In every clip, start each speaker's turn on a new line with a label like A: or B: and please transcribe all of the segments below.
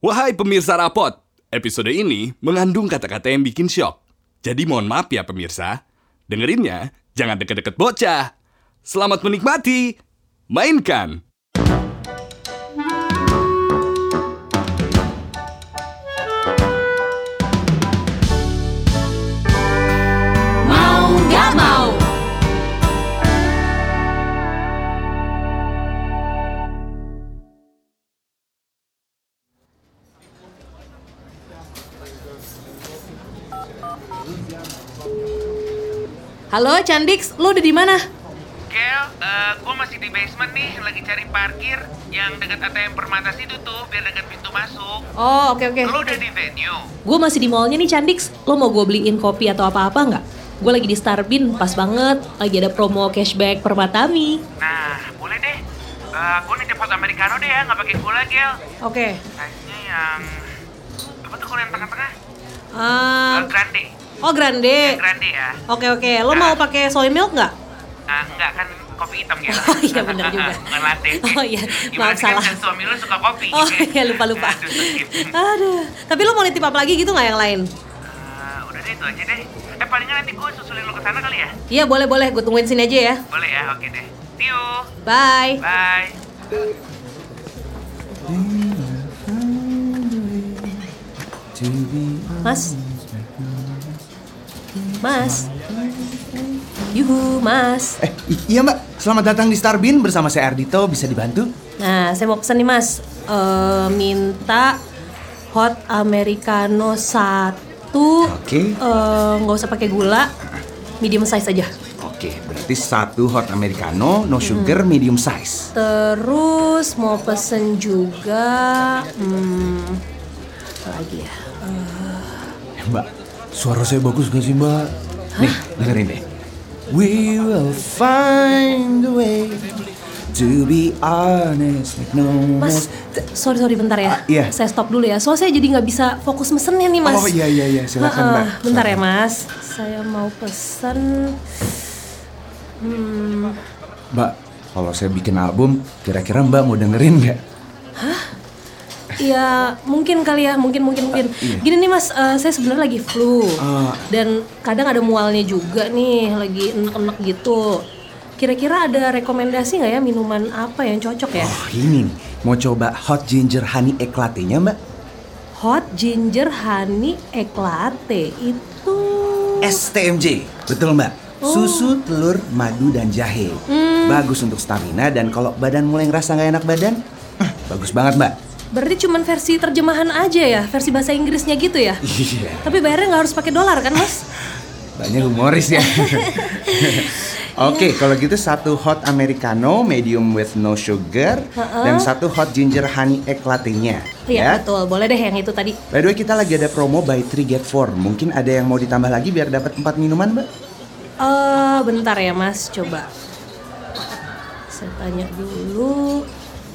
A: Wahai pemirsa Rapot, episode ini mengandung kata-kata yang bikin syok. Jadi mohon maaf ya pemirsa, dengerinnya jangan deket-deket bocah. Selamat menikmati, mainkan!
B: Mau nggak mau?
C: Halo Candix, lo udah di mana?
D: Gel, gue masih di basement nih, lagi cari parkir yang dekat ATM Permata situ tuh, biar dekat pintu masuk.
C: Oh, oke.
D: Lo udah di venue?
C: Gue masih di mallnya nih Candix. Lo mau gue beliin kopi atau apa-apa nggak? Gue lagi di Starbin, pas banget. Lagi ada promo cashback Permatami.
D: Nah, boleh deh. Gue nitip hot americano deh ya, nggak pakai gula, Gel.
C: Oke.
D: Size-nya yang... apa tuh kalau yang tengah-tengah? Grande.
C: Oh grande.
D: Yang grande ya.
C: Oke. Lo mau pakai soy milk nggak?
D: Enggak, kan kopi hitam, Gel.
C: Oh iya benar juga.
D: Bukan latte.
C: Oh iya,
D: Gimana
C: maaf
D: sih kan
C: salah.
D: suami lo suka kopi?
C: Oh iya lupa.
D: Aduh, skip.
C: Aduh. Tapi lo mau nitip apa lagi gitu nggak yang lain?
D: Udah deh, itu aja deh. Palingan nanti gue susulin lo ke sana kali ya?
C: Iya boleh. Gue tungguin sini aja ya.
D: Boleh ya, oke deh. See you.
C: Bye.
D: Bye.
C: Mas. Yuhu, Mas.
E: Iya mbak, selamat datang di Starbin bersama saya Ardito, bisa dibantu?
C: Nah, saya mau pesen nih Mas, minta hot americano 1.
E: Oke.
C: Nggak usah pakai gula, medium size aja.
E: Oke, berarti 1 hot americano, no sugar, medium size.
C: Terus mau pesen juga, apa lagi ya?
E: Mbak, suara saya bagus gak sih mbak? Nih, dengerin deh. We will find a way to be honest, make no
C: Mas, sorry bentar ya.
E: Iya.
C: Saya stop dulu ya, soalnya saya jadi nggak bisa fokus mesennya nih Mas.
E: Oh iya, silakan mbak.
C: Bentar ya Mas, saya mau pesen.
E: Mbak, kalau saya bikin album, kira-kira mbak mau dengerin nggak?
C: Ya mungkin kali ya, mungkin.
E: Iya.
C: Gini nih Mas, saya sebenarnya lagi flu dan kadang ada mualnya juga nih, lagi enek-enek gitu. Kira-kira ada rekomendasi nggak ya minuman apa yang cocok ya?
E: Oh ini nih, mau coba hot ginger honey egg latte-nya mbak?
C: Hot ginger honey egg latte itu
E: STMJ, betul mbak. Susu, telur, madu, dan jahe. Bagus untuk stamina dan kalau badan mulai ngerasa nggak enak badan, bagus banget mbak.
C: berarti cuman versi terjemahan aja ya, versi bahasa Inggrisnya gitu ya?
E: Iya.
C: Tapi bayarnya nggak harus pakai dolar kan Mas?
E: Banyak humoris ya. Oke, kalau gitu 1 hot americano medium with no sugar dan 1 hot ginger honey egg latte-nya.
C: Iya betul, boleh deh yang itu tadi.
E: By the way, kita lagi ada promo buy 3 get 4. Mungkin ada yang mau ditambah lagi biar dapat 4 minuman, Mbak?
C: Bentar ya Mas, coba saya tanya dulu.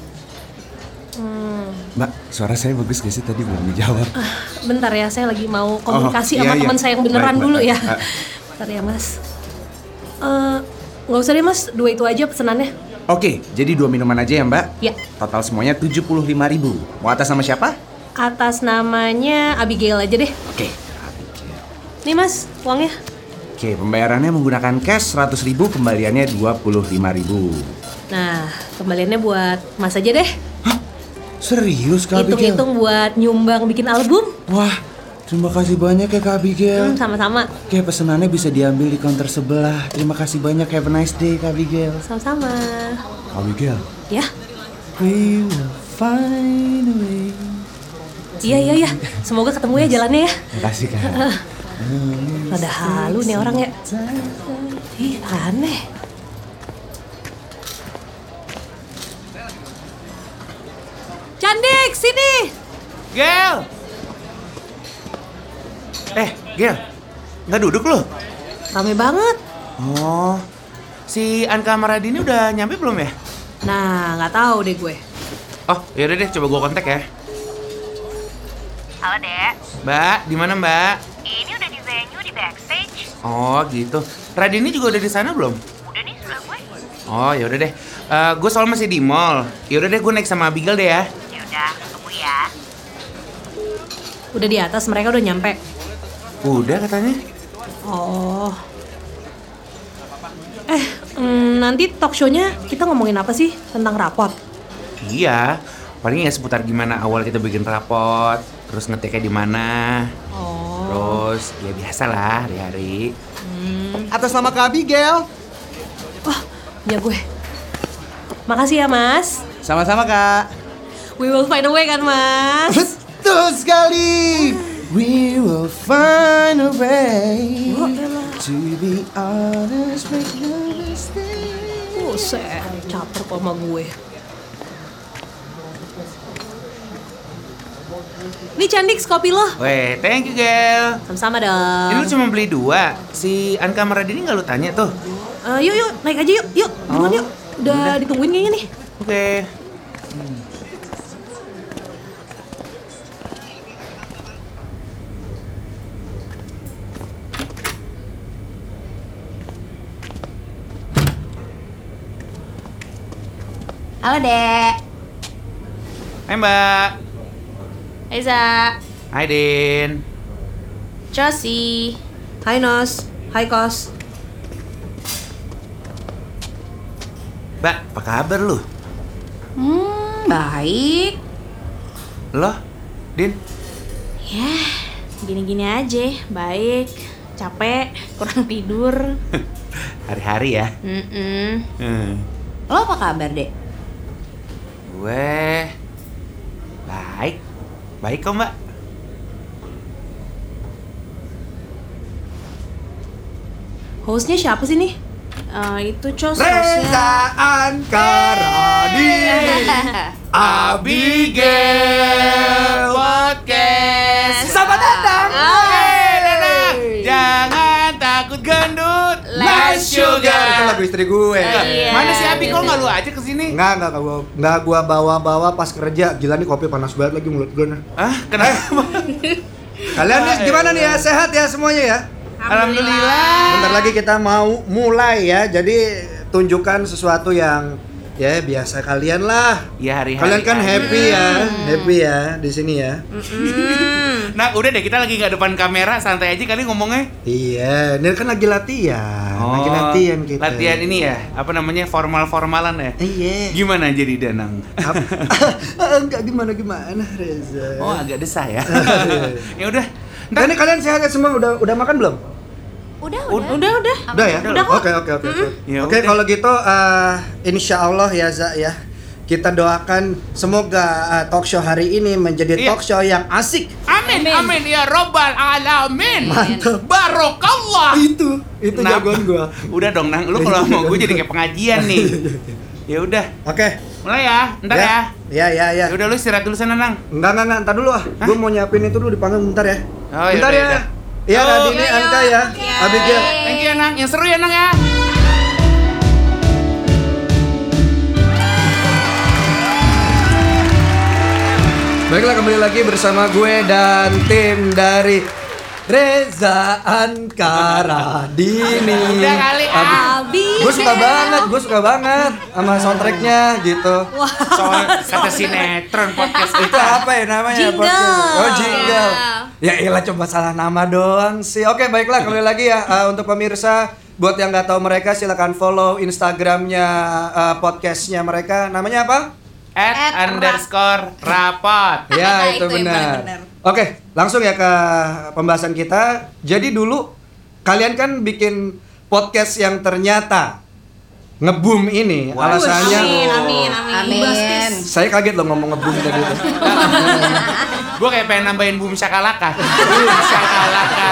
E: Mbak, suara saya bagus gak sih? Tadi belum dijawab.
C: Bentar ya, saya lagi mau komunikasi sama
E: iya.
C: teman saya yang beneran
E: Baik,
C: dulu
E: Mbak.
C: ya. Bentar ya Mas. Nggak usah deh Mas, 2 itu aja pesenannya.
E: Oke, jadi 2 minuman aja ya, Mbak?
C: Ya.
E: Total semuanya 75.000. Mau atas nama siapa?
C: Atas namanya Abigail aja deh.
E: Oke.
C: Nih Mas, uangnya.
E: Oke, pembayarannya menggunakan cash 100.000, kembaliannya 25.000.
C: Nah, kembaliannya buat Mas aja deh.
E: Serius Kak Abigail?
C: Hitung-hitung buat nyumbang bikin album.
E: Wah, terima kasih banyak ya Kak Abigail.
C: Sama-sama.
E: Oke, pesenannya bisa diambil di counter sebelah. Terima kasih banyak, have a nice day Kak Abigail.
C: Sama-sama.
E: Kak Abigail,
C: Ya.
E: we will find a way.
C: Iya. Semoga ketemu ya jalannya ya.
E: Makasih Kak.
C: Rada halu nih orang ya. Ih, aneh. Candik, sini.
D: Gel! Gel, nggak duduk lo?
C: Rame banget.
D: Oh, si Anka sama Radini udah nyampe belum ya?
C: Nah, nggak tahu deh gue.
D: Oh, yaudah deh, coba gue kontak ya.
F: Halo, Dek.
D: Mbak, di mana Mbak?
F: Ini udah di venue, di backstage.
D: Oh, gitu. Radini juga udah di sana belum?
F: Udah nih sebelah gue.
D: Oh, yaudah deh. Gue soal masih di mall. Yaudah deh, gue naik sama Abigail deh ya.
F: Ya udah, tunggu ya.
C: Udah di atas, mereka udah nyampe.
D: Udah katanya.
C: Oh. Nanti talk show-nya kita ngomongin apa sih? Tentang rapot?
D: Iya, paling ya seputar gimana awal kita bikin rapot, terus ngetiknya di mana.
C: Oh.
D: Terus ya biasa lah hari-hari.
G: Atas nama Kak Abigail.
C: Ya gue. Makasih ya, Mas.
G: Sama-sama, Kak.
C: We will find a way kan, Mas?
G: Betul sekali. We will find a way to be honest, make no mistake.
C: Buset, caper kok sama gue. Nih Candix, kopi lo.
D: Weh, thank you, Gel.
C: Sama-sama
D: Ini
C: dong.
D: lu cuma beli 2. Si Anka Maradini nggak lu tanya tuh?
C: Yuk, naik aja yuk. Yuk, duluan yuk. Udah ditungguin kayaknya nih.
D: Oke.
B: Halo, Dek.
D: Hai, Mbak.
B: Eza.
D: Hai, Din.
B: Josie.
C: Hai Nos, hai Kos.
D: Mbak, apa kabar lu?
B: Baik.
D: Loh, Din?
B: Ya, gini-gini aja. Baik. Capek, kurang tidur.
D: Hari-hari ya?
B: Lo apa kabar, Dek?
D: Gue baik. Baik kok, Mbak.
C: Hostnya siapa sih nih?
B: Itu Cos.
G: Reza Ankaradi,
D: Abigail Podcast. Selamat datang. Datang. Jangan takut gendut.
B: Less
G: Sugar. Itu lagu istri gue.
B: Iya.
D: Mana si Abi kok nggak lu aja kesini?
G: Enggak gua bawa pas kerja. Gila nih kopi panas banget lagi mulut gue.
D: Ah, kenapa?
G: Kalian nih gimana nih ya? Sehat ya semuanya ya?
D: Alhamdulillah.
G: Bentar lagi kita mau mulai ya. Jadi tunjukkan sesuatu yang ya biasa kalian lah.
D: Ya hari-hari.
G: Kalian kan
D: aja.
G: happy ya di sini ya.
D: Nah, udah deh, kita lagi nggak depan kamera, santai aja kali ngomongnya.
G: Iya, ini kan lagi latihan. Lagi latihan kita.
D: Latihan ini ya, apa namanya, formal-formalan ya.
G: Iya.
D: Gimana jadi danang?
G: Enggak gimana Reza.
D: Oh, agak desah ya. Ya udah.
G: Nah, ini kalian sehat ya semua? Udah makan belum?
B: Udah.
G: Udah ya?
B: Udah kok.
G: Oke.
D: Ya
G: Oke,
D: udah.
G: kalau gitu insya Allah ya Za ya. Kita doakan semoga talk show hari ini menjadi
D: Iya.
G: talk show yang asik.
D: Amin, amin ya robbal alamin.
G: Mantap.
D: Barokallah.
G: Itu
D: Nah,
G: jagoan gua.
D: Udah dong, Nang. Lu kalau mau gue jadi kayak pengajian nih. Ya udah,
G: Oke.
D: mulai ya. Ntar ya.
G: Ya.
D: Ya udah, lu istirahat dulu sana, Nang.
G: Enggak, entar dulu ah. Gua mau nyiapin itu dulu di panggung bentar ya.
D: Oh,
G: bentar
D: yaudah,
G: ya.
D: yaudah.
G: Iya, Radini, Anka ya. Abigail.
D: Thank you ya, Nang. Yang seru ya, Nang ya.
G: Baiklah, kembali lagi bersama gue dan tim dari Reza Ankaradini.
D: Udah kali,
C: Abi.
G: Gue suka banget sama soundtracknya gitu.
D: Soal kata sinetron podcast
G: Itu apa ya namanya?
C: Jingle.
G: podcast? Oh, jingle. Ya iyalah, coba salah nama doang sih. Oke, baiklah, kembali lagi ya untuk pemirsa. Buat yang nggak tahu mereka, silakan follow Instagramnya podcastnya mereka. Namanya apa?
D: @_rapot.
G: Ya, itu
B: Itu yang
G: benar.
B: paling benar.
G: Oke, langsung ya ke pembahasan kita. Jadi dulu kalian kan bikin podcast yang ternyata nge-boom ini.
D: Wah.
G: Alasannya
C: Amin.
G: saya kaget loh ngomong nge-boom tadi itu.
D: Gue kayak pengen nambahin boom shakalaka. Boom shakalaka.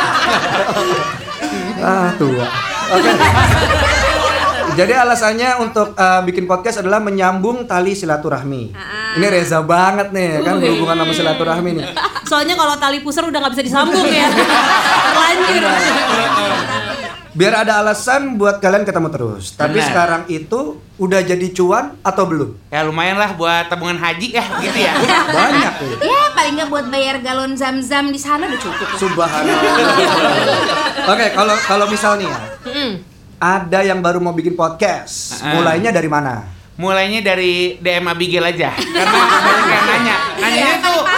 G: Tua. Oke. Jadi alasannya untuk bikin podcast adalah menyambung tali silaturahmi. Ini Reza banget nih, kan berhubungan sama silaturahmi nih.
C: Soalnya kalau tali pusar udah nggak bisa disambung ya. Terlanjur.
G: Biar ada alasan buat kalian ketemu terus. Tapi
D: Benar.
G: sekarang itu udah jadi cuan atau belum?
D: Ya lumayan lah buat tabungan haji ya, gitu ya.
G: Banyak ya.
B: Ya, paling nggak buat bayar galon zam-zam di sana udah cukup.
G: Subhanallah. Oke, kalau misal nih ya, ada yang baru mau bikin podcast, mulainya dari mana?
D: Mulainya dari DM Abigail aja. Karena banyak yang nanya. Nanyanya tuh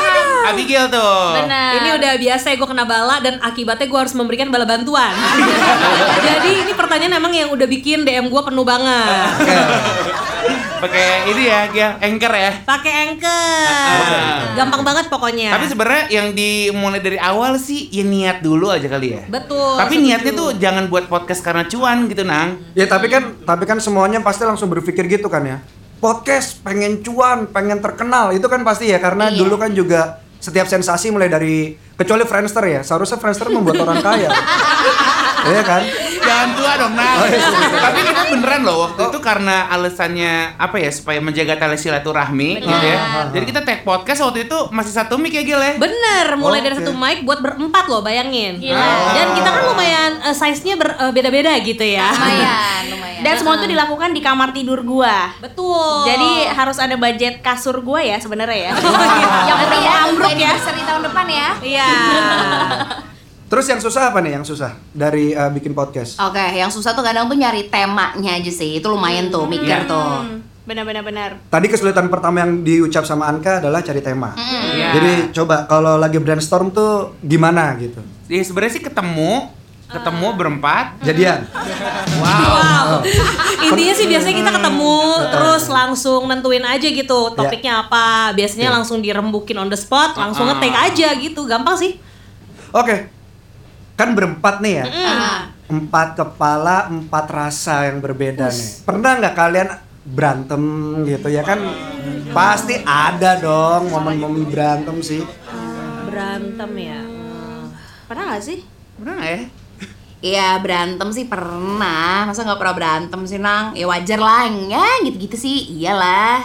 D: Abigail tuh.
B: Benar.
C: Ini udah biasa ya gue kena bala dan akibatnya gue harus memberikan bala bantuan. Jadi ini pertanyaan emang yang udah bikin DM gue penuh banget.
D: Pakai ini ya, Anchor ya.
C: Pakai Anchor. Gampang banget pokoknya.
D: Tapi sebenarnya yang dimulai dari awal sih ya niat dulu aja kali ya.
C: Betul.
D: Tapi
C: setuju.
D: niatnya tuh jangan buat podcast karena cuan gitu, Nang.
G: Ya tapi kan semuanya pasti langsung berpikir gitu kan ya. Podcast pengen cuan, pengen terkenal, itu kan pasti ya karena
B: Iya.
G: dulu kan juga setiap sensasi mulai dari kecuali Friendster ya. Seharusnya Friendster membuat orang kaya. Iya kan?
D: Jangan tua dong, Nang.
G: Oh, iya, sorry.
D: Tapi kita beneran loh waktu itu karena alasannya apa ya supaya menjaga tali silaturahmi gitu ya. Jadi kita take podcast waktu itu masih satu mic ya Gil ya.
C: Bener, mulai dari
G: Oke.
C: satu mic buat berempat loh, bayangin.
B: Gila.
C: Dan kita kan lumayan size-nya beda-beda gitu ya.
B: Lumayan.
H: Dan semua itu dilakukan di kamar tidur gua.
C: Betul.
H: Jadi harus ada budget kasur gua ya sebenarnya ya.
B: yang
H: Nanti
B: penting
H: ambruk ya.
B: Anniversary tahun depan ya.
C: Iya.
G: Terus yang susah apa nih yang susah dari bikin podcast?
B: Oke, yang susah tuh kadang tuh nyari temanya aja sih. Itu lumayan tuh mikir tuh.
H: Benar.
G: Tadi kesulitan pertama yang diucap sama Anka adalah cari tema.
D: Iya.
G: Jadi coba kalau lagi brainstorm tuh gimana gitu.
D: Ya sebenarnya sih ketemu berempat.
G: Jadian.
C: Wow. Intinya sih biasanya kita ketemu terus langsung nentuin aja gitu topiknya apa. Biasanya langsung dirembukin on the spot, langsung nge-take aja gitu. Gampang sih.
G: Oke. Kan berempat nih ya.
B: Ah.
G: 4 kepala, 4 rasa yang berbeda nih. Pernah nggak kalian berantem gitu ya kan? Pasti ada dong momen-momen berantem sih.
C: Berantem ya.
H: Pernah gak sih?
D: Bener nggak ya?
B: Iya berantem sih pernah. Masa nggak pernah berantem sih Nang? Ya wajar lah. Ya gitu-gitu sih. Iyalah.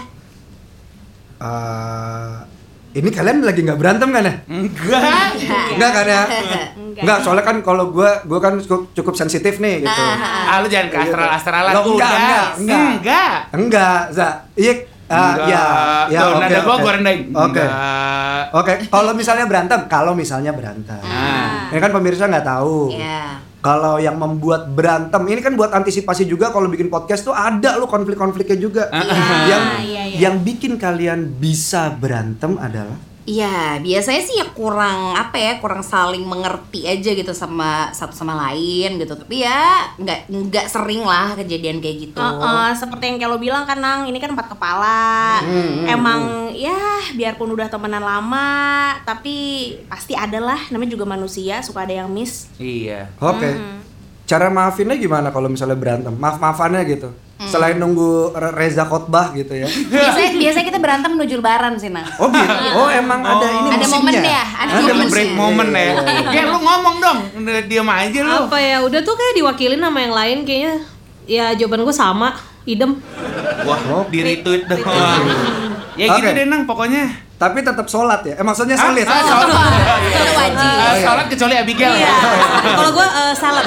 G: Ini kalian lagi nggak berantem kan ya?
D: Enggak.
G: Enggak kan ya? Enggak, soalnya kan kalau gua kan cukup sensitif nih gitu.
D: Lu jangan ke astral-astralan.
G: Loh, enggak. Enggak, Za. Iya, ya,
D: Tuh,
G: oke,
D: nada
G: oke.
D: gua rendahin.
G: Oke.
D: Enggak.
G: Oke, kalau misalnya berantem. Ini kan pemirsa nggak tahu.
B: Iya.
G: Kalau yang membuat berantem, ini kan buat antisipasi juga kalau bikin podcast tuh ada lo konflik-konfliknya juga. Yang bikin kalian bisa berantem adalah
B: Iya, biasanya sih ya kurang saling mengerti aja gitu sama satu sama lain gitu. Tapi ya nggak sering lah kejadian kayak gitu.
H: Seperti yang kayak lo bilang kan Nang, ini kan 4 kepala. Emang ya biarpun udah temenan lama, tapi pasti ada lah, namanya juga manusia, suka ada yang miss.
D: Iya.
G: Oke. Cara maafinnya gimana kalau misalnya berantem? Maaf-maafannya gitu. Selain nunggu Reza khotbah gitu ya.
B: Biasanya kita berantem menuju lebaran sih Nang.
G: Oh gitu. Oh emang ada ini
B: Ada
G: musimnya.
B: momennya, ada momennya.
D: Break moment ya. Ya lu ngomong dong. Udah diam aja lu.
C: Apa ya? Udah tuh kayak diwakilin sama yang lain kayaknya. Ya jawaban gue sama, idem.
D: Wah, di-retweet dong. Ya gitu
G: Oke.
D: deh Nang pokoknya.
G: Tapi tetap sholat ya. Maksudnya solid.
B: Itu wajib.
D: Sholat kecuali Abigail.
C: Iya. Kalau gue salad.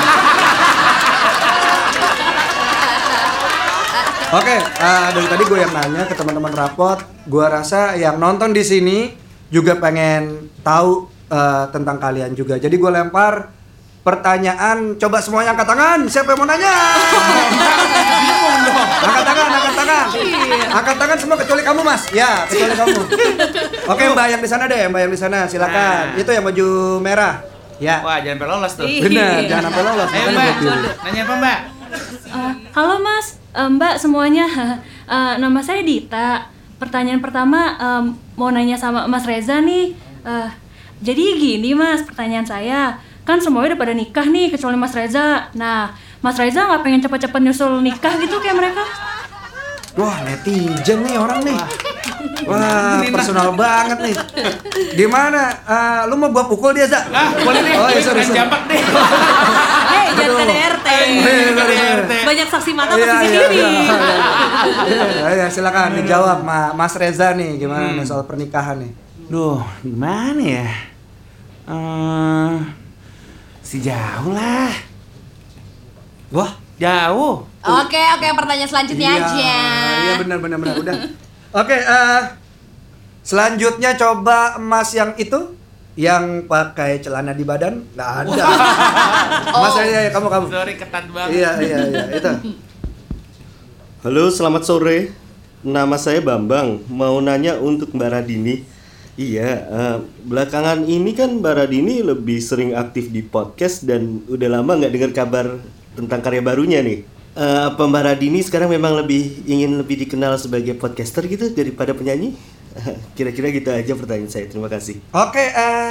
G: Oke, dari tadi gue yang nanya ke teman-teman rapot, gue rasa yang nonton di sini juga pengen tahu tentang kalian juga. Jadi gue lempar pertanyaan, coba semuanya angkat tangan. Siapa yang mau nanya? Angkat tangan. Angkat tangan semua kecuali kamu, Mas. Ya, kecuali kamu. Oke, Mbak yang di sana deh, Mbak yang di sana, silakan. Itu yang baju merah. Ya.
D: Wah, jangan sampai lolos tuh.
G: Benar, jangan sampai lolos.
D: Ayo
G: makanya
D: Mbak,
G: gue pilih.
D: nanya apa Mbak?
I: Halo Mas, Mbak semuanya. Nama saya Dita. Pertanyaan pertama mau nanya sama Mas Reza nih. Jadi gini Mas, pertanyaan saya. Kan semuanya udah pada nikah nih kecuali Mas Reza. Nah, Mas Reza nggak pengen cepet-cepet nyusul nikah gitu kayak mereka?
G: Wah, netizen nih orang nih. Wah, personal banget nih. Gimana? Lu mau gua pukul dia, Za?
D: Boleh nih.
G: Oh, iya, sorry.
D: Jambak deh.
C: Hei, jangan KDRT. Banyak saksi mata ke CCTV.
G: Ya, silakan dijawab Mas Reza nih, gimana nih soal pernikahan nih?
D: Duh, gimana ya? Si jauh lah.
G: Wah,
D: Jauh.
B: Oke, pertanyaan selanjutnya aja.
G: Iya benar udah. Oke, selanjutnya coba Mas yang itu yang pakai celana di badan nggak ada. Mas ya, kamu.
D: Sorry, ketat banget.
G: Iya, itu.
J: Halo, selamat sore. Nama saya Bambang. Mau nanya untuk Mbak Radini. Iya, belakangan ini kan Mbak Radini lebih sering aktif di podcast dan udah lama nggak dengar kabar tentang karya barunya nih. Apa Mbak Radini sekarang memang ingin lebih dikenal sebagai podcaster gitu daripada penyanyi? Kira-kira gitu aja pertanyaan saya. Terima kasih.
G: Oke,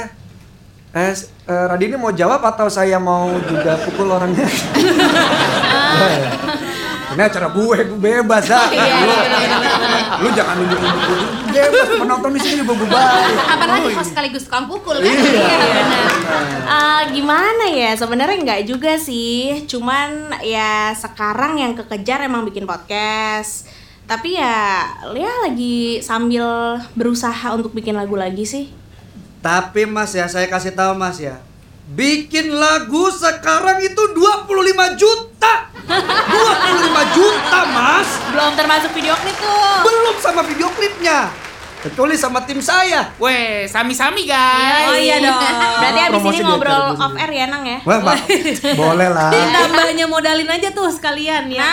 G: Radini mau jawab atau saya mau juga pukul orangnya? Ini acara gue bebas lah. Lu jangan nunjuk-nunjuk gue. Bebas, penonton di sini juga bebas.
B: Apalagi host sekaligus tukang pukul kan?
H: Iya benar. Gimana ya? Sebenarnya nggak juga sih. Cuman ya sekarang yang kekejar emang bikin podcast. Tapi ya lagi sambil berusaha untuk bikin lagu lagi sih.
G: Tapi Mas ya, saya kasih tahu Mas ya. Bikin lagu sekarang itu 25 juta. 25 juta Mas.
H: Belum termasuk video klip tuh.
G: Belum sama video klipnya. Kecuali sama tim saya.
D: Weh, sami-sami guys.
H: Oh iya dong. Berarti abis
G: Promosi
H: ini
G: dia,
H: ngobrol
G: promosi
H: off air ya Nang ya.
G: Wah, Mbak. Boleh lah.
C: Tambahnya modalin aja tuh sekalian ya.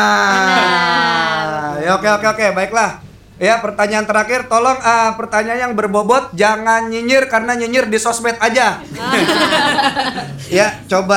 G: Nah, ya oke, baiklah. Ya, pertanyaan terakhir, tolong pertanyaan yang berbobot, jangan nyinyir karena nyinyir di sosmed aja. Ya, coba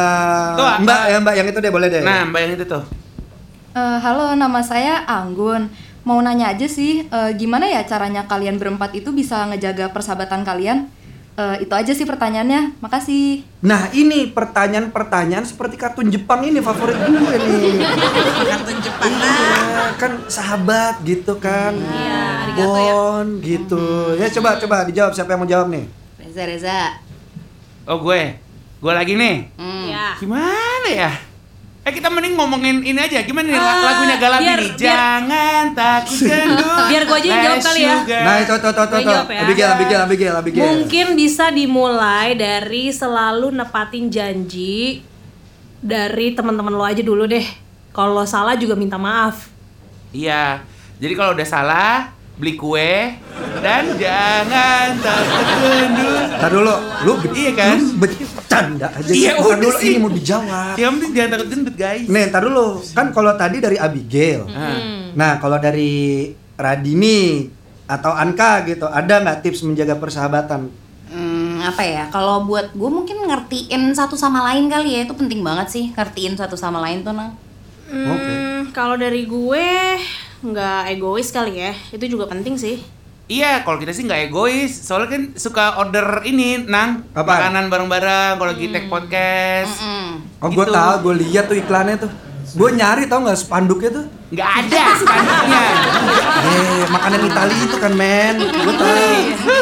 G: Mbak yang itu deh, boleh deh.
D: Nah, Mbak yang itu tuh.
K: Halo, nama saya Anggun. Mau nanya aja sih, gimana ya caranya kalian berempat itu bisa ngejaga persahabatan kalian? Itu aja sih pertanyaannya, makasih.
G: Nah, ini pertanyaan-pertanyaan seperti kartun Jepang ini favorit gue nih.
B: Kartun Jepang
G: Iya, kan sahabat gitu kan.
B: Iya, arigato ya.
G: Bon gitu. Ya coba dijawab, siapa yang mau jawab nih?
B: Reza.
D: Oh gue lagi nih.
C: Ya.
D: Gimana ya? Kita mending ngomongin ini aja. Gimana nih lagunya Galabi nih? Jangan takut gendut.
C: Biar gue aja yang jawab kali ya.
G: Nah, itu. Abigail.
C: Mungkin bisa dimulai dari selalu nepatin janji dari teman-teman lo aja dulu deh. Kalau salah juga minta maaf.
D: Iya. Jadi kalau udah salah, beli kue dan jangan takut gendut.
G: Ntar dulu, lu
D: Iya kan?
G: Lu bercanda aja.
D: Iya,
G: Ntar
D: udah
G: dulu
D: sih.
G: ini mau dijawab.
D: Yang penting jangan takut gendut guys.
G: Nih, ntar dulu. Kan kalau tadi dari Abigail. Nah, kalau dari Radini atau Anka gitu, ada nggak tips menjaga persahabatan?
B: Apa ya? Kalau buat gue mungkin ngertiin satu sama lain kali ya, itu penting banget sih, ngertiin satu sama lain tuh Nang.
H: Kalau dari gue nggak egois kali ya, itu juga penting sih.
D: Iya, kalau kita sih nggak egois. Soalnya kan suka order ini, Nang.
G: Apaan?
D: Makanan bareng-bareng kalau lagi take podcast.
G: Oh, gue
D: Gitu.
G: tahu, gue lihat tuh iklannya tuh. Gue nyari tau nggak spanduknya tuh?
D: Nggak ada spanduknya.
G: Makanan Itali itu kan men. Gue tahu.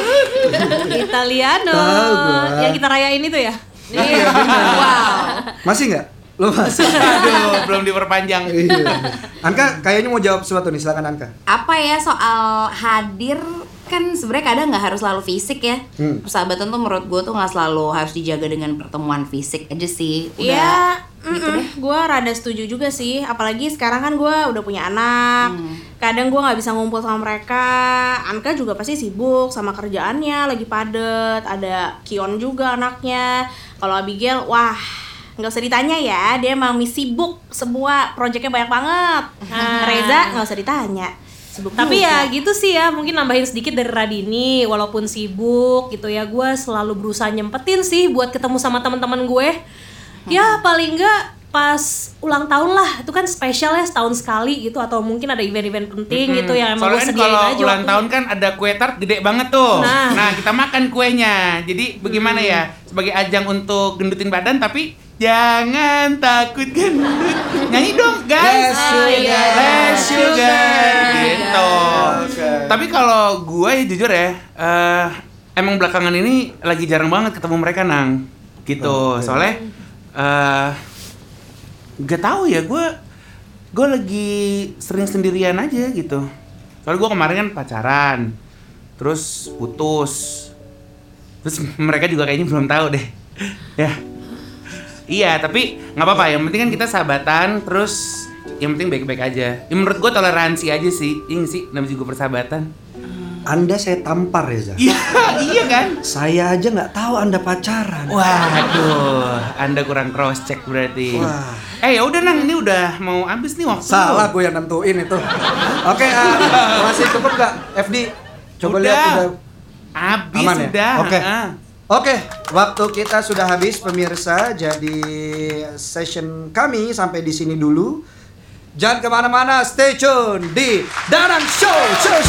C: Italiano.
G: Tahu gua.
C: Yang kita rayain itu ya.
G: Iya,
B: Wow.
G: Masih nggak? Lo masih?
D: Aduh, belum diperpanjang.
G: Iya. Anka kayaknya mau jawab sesuatu nih, silakan Anka.
B: Apa ya soal hadir, kan sebenarnya kadang nggak harus selalu fisik ya. Persahabatan tuh menurut gue tuh nggak selalu harus dijaga dengan pertemuan fisik aja sih.
H: Iya, gue rada setuju juga sih. Apalagi sekarang kan gue udah punya anak. Kadang gue nggak bisa ngumpul sama mereka. Anka juga pasti sibuk sama kerjaannya, lagi padet. Ada Kion juga anaknya. Kalau Abigail, wah nggak usah ditanya ya. Dia emang sibuk, semua proyeknya banyak banget. Reza nggak usah ditanya. Sibuk
C: Tapi
H: juga.
C: ya gitu sih ya, mungkin nambahin sedikit dari Radini. Walaupun sibuk gitu ya, gue selalu berusaha nyempetin sih buat ketemu sama teman-teman gue. Ya paling enggak pas ulang tahun lah, itu kan spesial ya, setahun sekali gitu. Atau mungkin ada event-event penting gitu yang emang gue
D: Soalnya kan
C: sediain
D: kalau
C: aja
D: ulang
C: waktunya.
D: tahun kan ada kue tart gede banget tuh.
C: Nah.
D: Kita makan kuenya. Jadi bagaimana ya? Sebagai ajang untuk gendutin badan tapi jangan takut gendut. Nyanyi dong guys. Less sugar. Gitu. Tapi kalau gue ya jujur ya, emang belakangan ini lagi jarang banget ketemu mereka Nang. Gitu. Soalnya gak tahu ya, gue lagi sering sendirian aja gitu. Soalnya gue kemarin kan pacaran, terus putus, terus mereka juga kayaknya belum tahu deh. Ya, iya tapi nggak apa-apa. Yang penting kan kita sahabatan, terus yang penting baik-baik aja. Ya, menurut gue toleransi aja sih, ini sih namanya juga persahabatan.
G: Anda saya tampar Reza.
D: Iya kan?
G: Saya aja nggak tahu Anda pacaran.
D: Waduh, Anda kurang cross check berarti.
G: Wah.
D: Ya udah Nang, ini udah mau habis nih waktu.
G: Salah gue yang nentuin itu. Oke, masih cukup nggak FD? Coba
D: Udah.
G: lihat udah.
D: Habis
G: Aman ya?
D: sudah.
G: Oke. Oke, waktu kita sudah habis pemirsa. Jadi session kami sampai di sini dulu. Jangan kemana-mana, stay tune di Danang Show.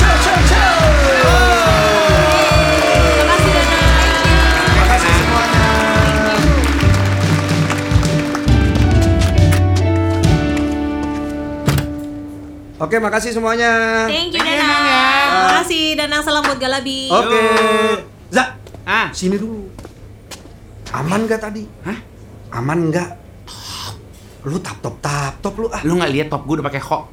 G: Terima kasih semuanya. Oke, makasih semuanya.
H: Thank you Danang.
C: Makasih Danang, salam buat Galabi.
G: Oke. Za, sini dulu. Aman gak tadi?
D: Hah?
G: Aman gak? Lu tap top lu ah.
D: Lu nggak lihat top gue udah pakai kok.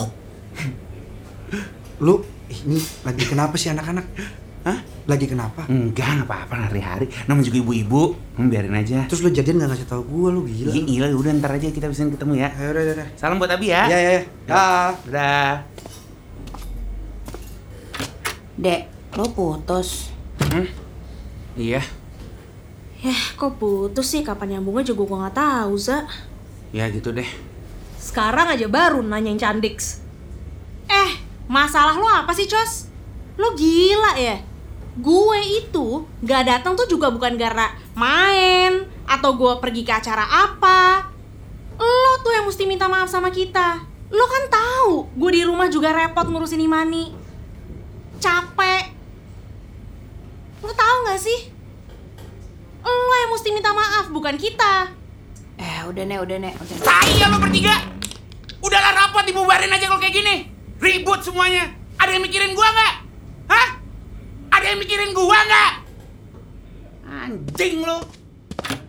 G: Lu ini lagi kenapa sih anak-anak? Hah? Lagi kenapa?
D: Enggak apa-apa, hari-hari. Namanya juga ibu-ibu. Biarin aja.
G: Terus lu jadian gak ngasih tau gua, lu gila.
D: Iya, gila, udah ntar aja kita bisa ketemu ya.
G: Ya udah.
D: Salam buat Abi ya.
G: Ya.
D: Dadah.
B: Dek, lo putus.
D: Iya.
H: Kok putus sih? Kapan nyambungnya juga gue nggak tahu, Za.
D: Ya gitu deh.
C: Sekarang aja baru nanyain Candiks.
H: Masalah lo apa sih, Cos? Lo gila ya? Gue itu gak datang tuh juga bukan karena main atau gue pergi ke acara apa. Lo tuh yang mesti minta maaf sama kita. Lo kan tahu gue di rumah juga repot ngurusin Imani. Capek. Lo tahu gak sih? Lo yang mesti minta maaf, bukan kita.
B: Udah nek.
D: Saya lo bertiga. Udahlah rapat, dibubarin aja kalau kayak gini. Ribut semuanya. Ada yang mikirin gua nggak? Hah? Ada yang mikirin gua nggak? Anjing lo.